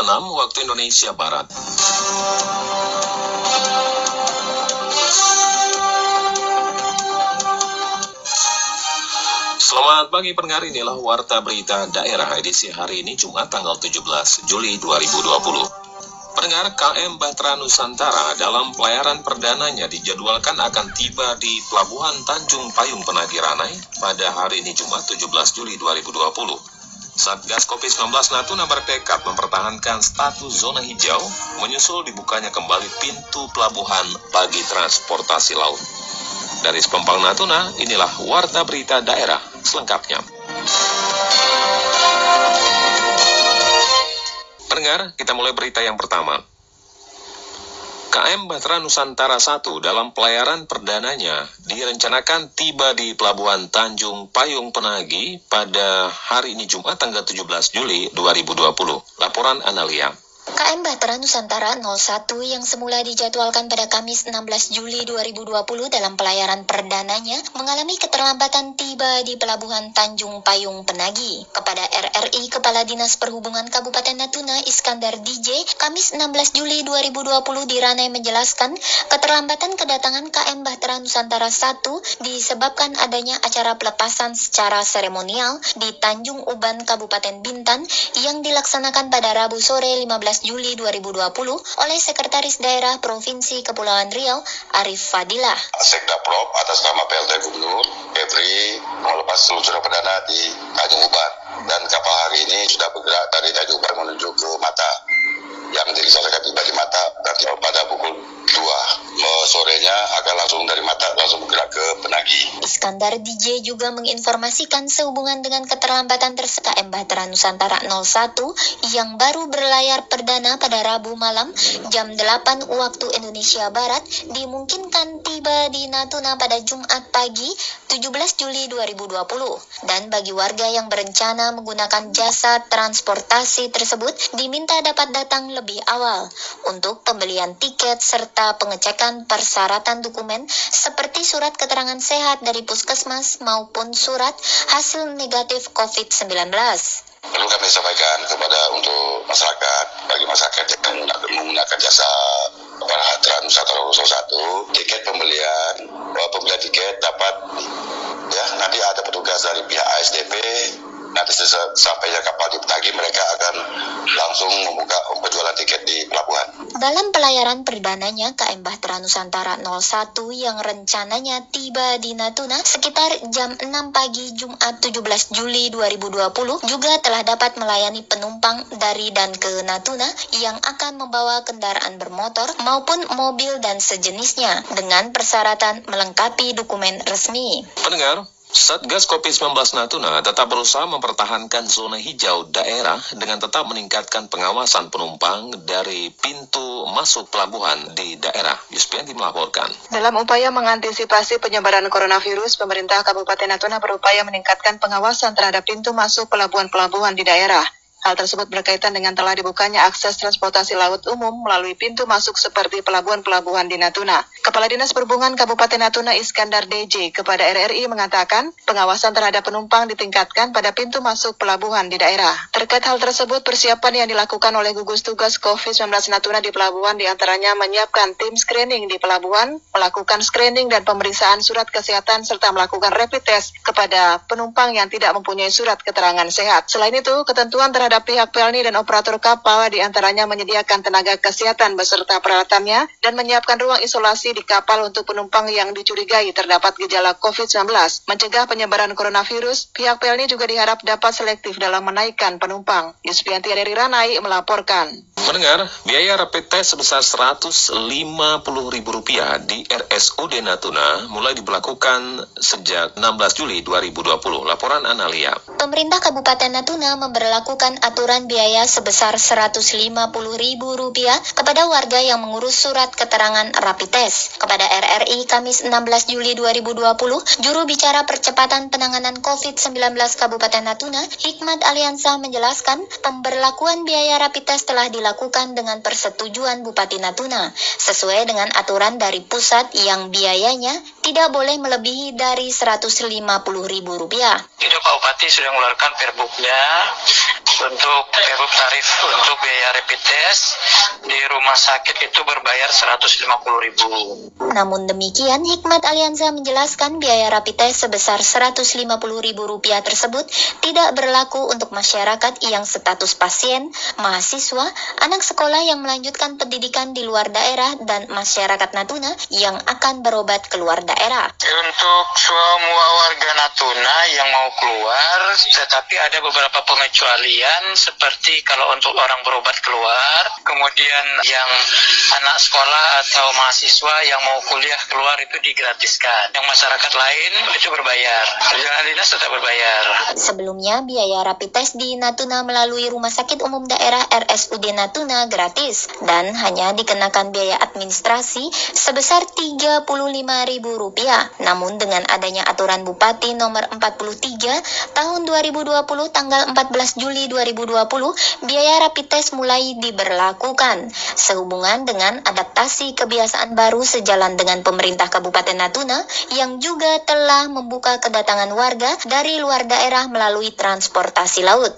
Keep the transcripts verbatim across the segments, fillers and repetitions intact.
enam waktu Indonesia Barat. Selamat pagi pendengar, inilah Warta Berita Daerah edisi hari ini Jumat tanggal tujuh belas Juli dua ribu dua puluh. Pendengar, K M Bahtera Nusantara dalam pelayaran perdananya dijadwalkan akan tiba di Pelabuhan Tanjung Payung Penagi Ranai pada hari ini Jumat tujuh belas Juli dua ribu dua puluh. Satgas covid sembilan belas Natuna bertekad mempertahankan status zona hijau menyusul dibukanya kembali pintu pelabuhan bagi transportasi laut. Dari Sepempang Natuna, inilah Warta Berita Daerah selengkapnya. Pendengar, kita mulai berita yang pertama. K M Bahtera Nusantara satu dalam pelayaran perdananya direncanakan tiba di Pelabuhan Tanjung Payung Penagi pada hari ini Jumat tanggal tujuh belas Juli dua ribu dua puluh. Laporan Analia. K M Bahtera Nusantara nol satu yang semula dijadwalkan pada Kamis enam belas Juli dua ribu dua puluh dalam pelayaran perdananya mengalami keterlambatan tiba di Pelabuhan Tanjung Payung Penagi. Kepada R R I Kepala Dinas Perhubungan Kabupaten Natuna Iskandar D J, Kamis enam belas Juli dua ribu dua puluh di Ranai menjelaskan keterlambatan kedatangan K M Bahtera Nusantara satu disebabkan adanya acara pelepasan secara seremonial di Tanjung Uban Kabupaten Bintan yang dilaksanakan pada Rabu sore lima belas Juli dua ribu dua puluh oleh Sekretaris Daerah Provinsi Kepulauan Riau, Arif Fadilah. Sekda Prop atas nama P L T Gubernur, Kepri melepas seluncur perdana di Tanjung Uban. Dan kapal hari ini sudah bergerak dari Tanjung Uban menuju ke Mata, yang direncanakan tiba di Mata nanti pada pukul dua. Sorenya akan langsung dari Mata langsung bergerak ke Penagi. Iskandar D J juga menginformasikan sehubungan dengan keterlambatan tersebut K M Bahtera Nusantara nol satu yang baru berlayar perdana pada Rabu malam jam delapan waktu Indonesia Barat dimungkinkan tiba di Natuna pada Jumat pagi tujuh belas Juli dua ribu dua puluh. Dan bagi warga yang berencana menggunakan jasa transportasi tersebut diminta dapat datang lebih awal untuk pembelian tiket serta pengecekan persyaratan dokumen seperti surat keterangan sehat dari puskesmas maupun surat hasil negatif covid sembilan belas. Perlu kami sampaikan kepada untuk masyarakat, bagi masyarakat yang menggunakan jasa Bahtera Nusantara satu, tiket pembelian, pembelian tiket dapat, ya nanti ada petugas dari pihak A S D P. Nanti sampainya kapal di Penagi, mereka akan langsung membuka penjualan tiket di pelabuhan. Dalam pelayaran perdananya, K M Bahtera Nusantara nol satu yang rencananya tiba di Natuna sekitar jam enam pagi Jumat tujuh belas Juli dua ribu dua puluh juga telah dapat melayani penumpang dari dan ke Natuna yang akan membawa kendaraan bermotor maupun mobil dan sejenisnya dengan persyaratan melengkapi dokumen resmi. Pendengar, Satgas covid sembilan belas Natuna tetap berusaha mempertahankan zona hijau daerah dengan tetap meningkatkan pengawasan penumpang dari pintu masuk pelabuhan di daerah. Yuspianti melaporkan. Dalam upaya mengantisipasi penyebaran coronavirus, pemerintah Kabupaten Natuna berupaya meningkatkan pengawasan terhadap pintu masuk pelabuhan-pelabuhan di daerah. Hal tersebut berkaitan dengan telah dibukanya akses transportasi laut umum melalui pintu masuk seperti pelabuhan-pelabuhan di Natuna. Kepala Dinas Perhubungan Kabupaten Natuna Iskandar D J kepada R R I mengatakan pengawasan terhadap penumpang ditingkatkan pada pintu masuk pelabuhan di daerah. Terkait hal tersebut, persiapan yang dilakukan oleh gugus tugas covid sembilan belas Natuna di pelabuhan diantaranya menyiapkan tim screening di pelabuhan, melakukan screening dan pemeriksaan surat kesehatan serta melakukan rapid test kepada penumpang yang tidak mempunyai surat keterangan sehat. Selain itu, ketentuan terhadap Terhadap pihak P L N I dan operator kapal diantaranya menyediakan tenaga kesehatan beserta peralatannya dan menyiapkan ruang isolasi di kapal untuk penumpang yang dicurigai terdapat gejala covid sembilan belas. Mencegah penyebaran coronavirus, pihak P L N I juga diharap dapat selektif dalam menaikkan penumpang. Yuspianti dari Ranai melaporkan. Mendengar, biaya rapid test sebesar seratus lima puluh ribu rupiah di R S U D Natuna mulai diberlakukan sejak enam belas Juli dua ribu dua puluh. Laporan Analia. Pemerintah Kabupaten Natuna memberlakukan aturan biaya sebesar seratus lima puluh ribu rupiah kepada warga yang mengurus surat keterangan rapid test. Kepada R R I Kamis enam belas Juli dua ribu dua puluh, juru bicara percepatan penanganan covid sembilan belas Kabupaten Natuna, Hikmat Aliansa menjelaskan pemberlakuan biaya rapid test telah dilakukan dengan persetujuan Bupati Natuna, sesuai dengan aturan dari pusat yang biayanya tidak boleh melebihi dari seratus lima puluh ribu rupiah. Itu Pak Bupati sudah mengeluarkan perbuknya untuk perbuk tarif untuk biaya rapid test di rumah sakit itu berbayar seratus lima puluh ribu. Namun demikian, Hikmat Alianza menjelaskan biaya rapid test sebesar seratus lima puluh ribu rupiah tersebut tidak berlaku untuk masyarakat yang status pasien, mahasiswa, anak sekolah yang melanjutkan pendidikan di luar daerah, dan masyarakat Natuna yang akan berobat keluar daerah. Untuk semua warga Natuna yang mau keluar, tetapi ada beberapa pengecualian seperti kalau untuk orang berobat keluar, kemudian yang anak sekolah atau mahasiswa yang mau kuliah keluar itu digratiskan. Yang masyarakat lain itu berbayar. Perjalanan dinas tetap berbayar. Sebelumnya, biaya rapid test di Natuna melalui Rumah Sakit Umum Daerah R S U D Natuna gratis dan hanya dikenakan biaya administrasi sebesar tiga puluh lima ribu rupiah. Namun dengan adanya aturan Bupati nomor empat puluh tiga tahun dua ribu dua puluh tanggal empat belas Juli dua ribu dua puluh, biaya rapid test mulai diberlakukan sehubungan dengan adaptasi kebiasaan baru sejalan dengan pemerintah Kabupaten Natuna yang juga telah membuka kedatangan warga dari luar daerah melalui transportasi laut.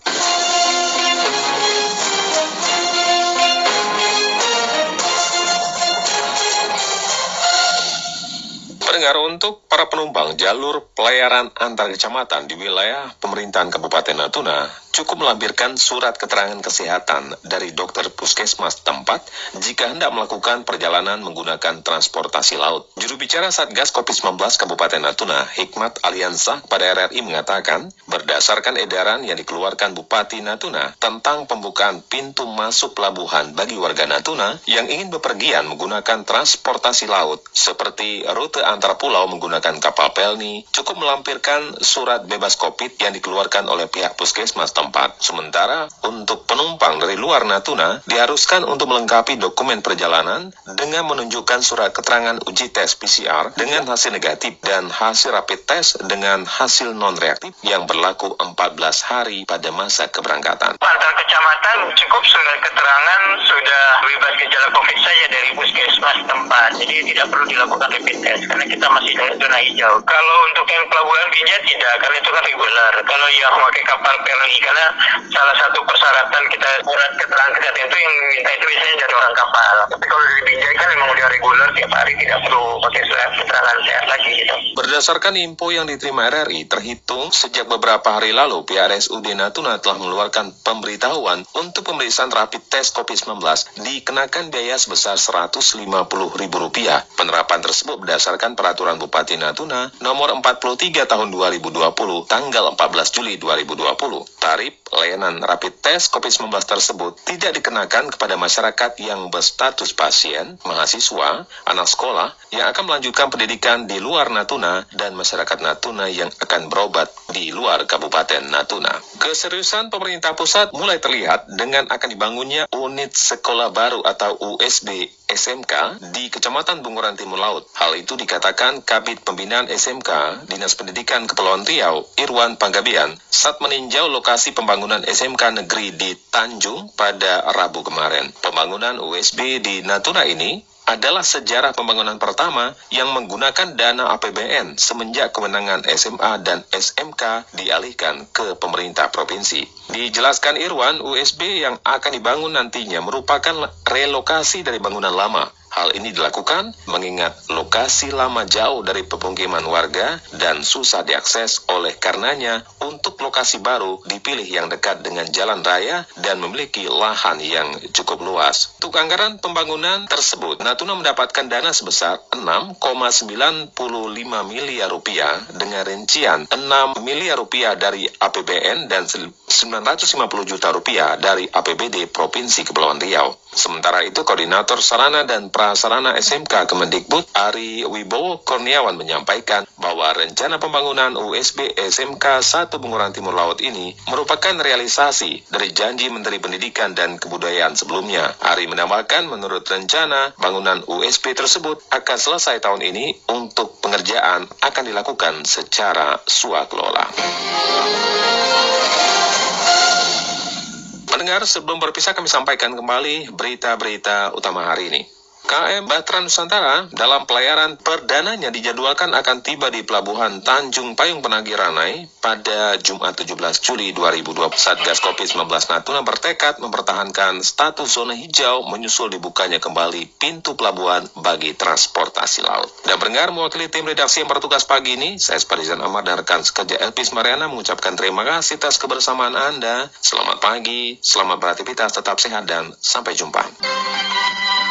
Pendengar, untuk para penumpang jalur pelayaran antar kecamatan di wilayah pemerintahan Kabupaten Natuna cukup melampirkan surat keterangan kesehatan dari dokter puskesmas tempat jika hendak melakukan perjalanan menggunakan transportasi laut. Juru bicara Satgas covid sembilan belas Kabupaten Natuna, Hikmat Alianza pada R R I mengatakan, berdasarkan edaran yang dikeluarkan Bupati Natuna tentang pembukaan pintu masuk pelabuhan bagi warga Natuna yang ingin bepergian menggunakan transportasi laut seperti rute antar pulau menggunakan kapal pelni, cukup melampirkan surat bebas COVID yang dikeluarkan oleh pihak puskesmas tempat. Sementara untuk penumpang dari luar Natuna diharuskan untuk melengkapi dokumen perjalanan dengan menunjukkan surat keterangan uji tes P C R dengan hasil negatif dan hasil rapid test dengan hasil non-reaktif yang berlaku empat belas hari pada masa keberangkatan. Antar kecamatan cukup surat keterangan sudah bebas gejala COVID saja dari puskesmas tempat, jadi tidak perlu dilakukan rapid test karena kita masih dalam zona hijau. Kalau untuk yang pelabuhan Binjai tidak, karena itu kan reguler. Kalau yang pakai kapal pelni, karena salah satu persyaratan kita surat keterangan kesehatan itu yang minta itu biasanya dari orang kapal. Tapi kalau dari Binjai kan memang udah reguler tiap hari, tidak perlu pakai surat keterangan sehat lagi gitu. Berdasarkan info yang diterima R R I, terhitung sejak beberapa hari lalu pihak R S U D Natuna telah mengeluarkan pemberitahuan untuk pemeriksaan rapid test covid sembilan belas dikenakan biaya sebesar seratus lima puluh ribu rupiah. Penerapan tersebut berdasarkan peraturan Bupati Natuna nomor empat puluh tiga tahun dua ribu dua puluh tanggal empat belas Juli dua ribu dua puluh. Tarif layanan rapid test covid sembilan belas tersebut tidak dikenakan kepada masyarakat yang berstatus pasien, mahasiswa, anak sekolah yang akan melanjutkan pendidikan di luar Natuna dan masyarakat Natuna yang akan berobat di luar Kabupaten Natuna. Keseriusan pemerintah pusat mulai terlihat dengan akan dibangunnya unit sekolah baru atau U S B S M K di Kecamatan Bunguran Timur Laut. Hal itu dikatakan Kabid Pembinaan S M K Dinas Pendidikan Kepulauan Riau, Irwan Panggabean, saat meninjau lokasi pembangunan S M K negeri di Tanjung pada Rabu kemarin. Pembangunan U S B di Natuna ini adalah sejarah pembangunan pertama yang menggunakan dana A P B N semenjak kewenangan S M A dan S M K dialihkan ke pemerintah provinsi. Dijelaskan Irwan, U S B yang akan dibangun nantinya merupakan relokasi dari bangunan lama. Hal ini dilakukan mengingat lokasi lama jauh dari pemukiman warga dan susah diakses, oleh karenanya untuk lokasi baru dipilih yang dekat dengan jalan raya dan memiliki lahan yang cukup luas. Untuk anggaran pembangunan tersebut, Natuna mendapatkan dana sebesar enam koma sembilan lima miliar rupiah dengan rincian enam miliar rupiah dari A P B N dan sembilan ratus lima puluh juta rupiah dari A P B D Provinsi Kepulauan Riau. Sementara itu, Koordinator Sarana dan Prasarana S M K Kemendikbud Ari Wibowo Kurniawan menyampaikan bahwa rencana pembangunan U S B S M K satu Bunguran Timur Laut ini merupakan realisasi dari janji Menteri Pendidikan dan Kebudayaan sebelumnya. Ari menambahkan menurut rencana bangunan U S B tersebut akan selesai tahun ini, untuk pengerjaan akan dilakukan secara swakelola. Pendengar, sebelum berpisah kami sampaikan kembali berita-berita utama hari ini. K M Bahtera Nusantara dalam pelayaran perdananya dijadwalkan akan tiba di Pelabuhan Tanjung Payung Penagih Ranai pada Jumat tujuh belas Juli dua ribu dua puluh. Satgas covid sembilan belas Natuna bertekad mempertahankan status zona hijau menyusul dibukanya kembali pintu pelabuhan bagi transportasi laut. Dan pendengar, mewakili tim redaksi yang bertugas pagi ini, saya Sparizan Ahmad dan rekan sekerja Elpis Mariana mengucapkan terima kasih atas kebersamaan Anda. Selamat pagi, selamat beraktivitas, tetap sehat, dan sampai jumpa.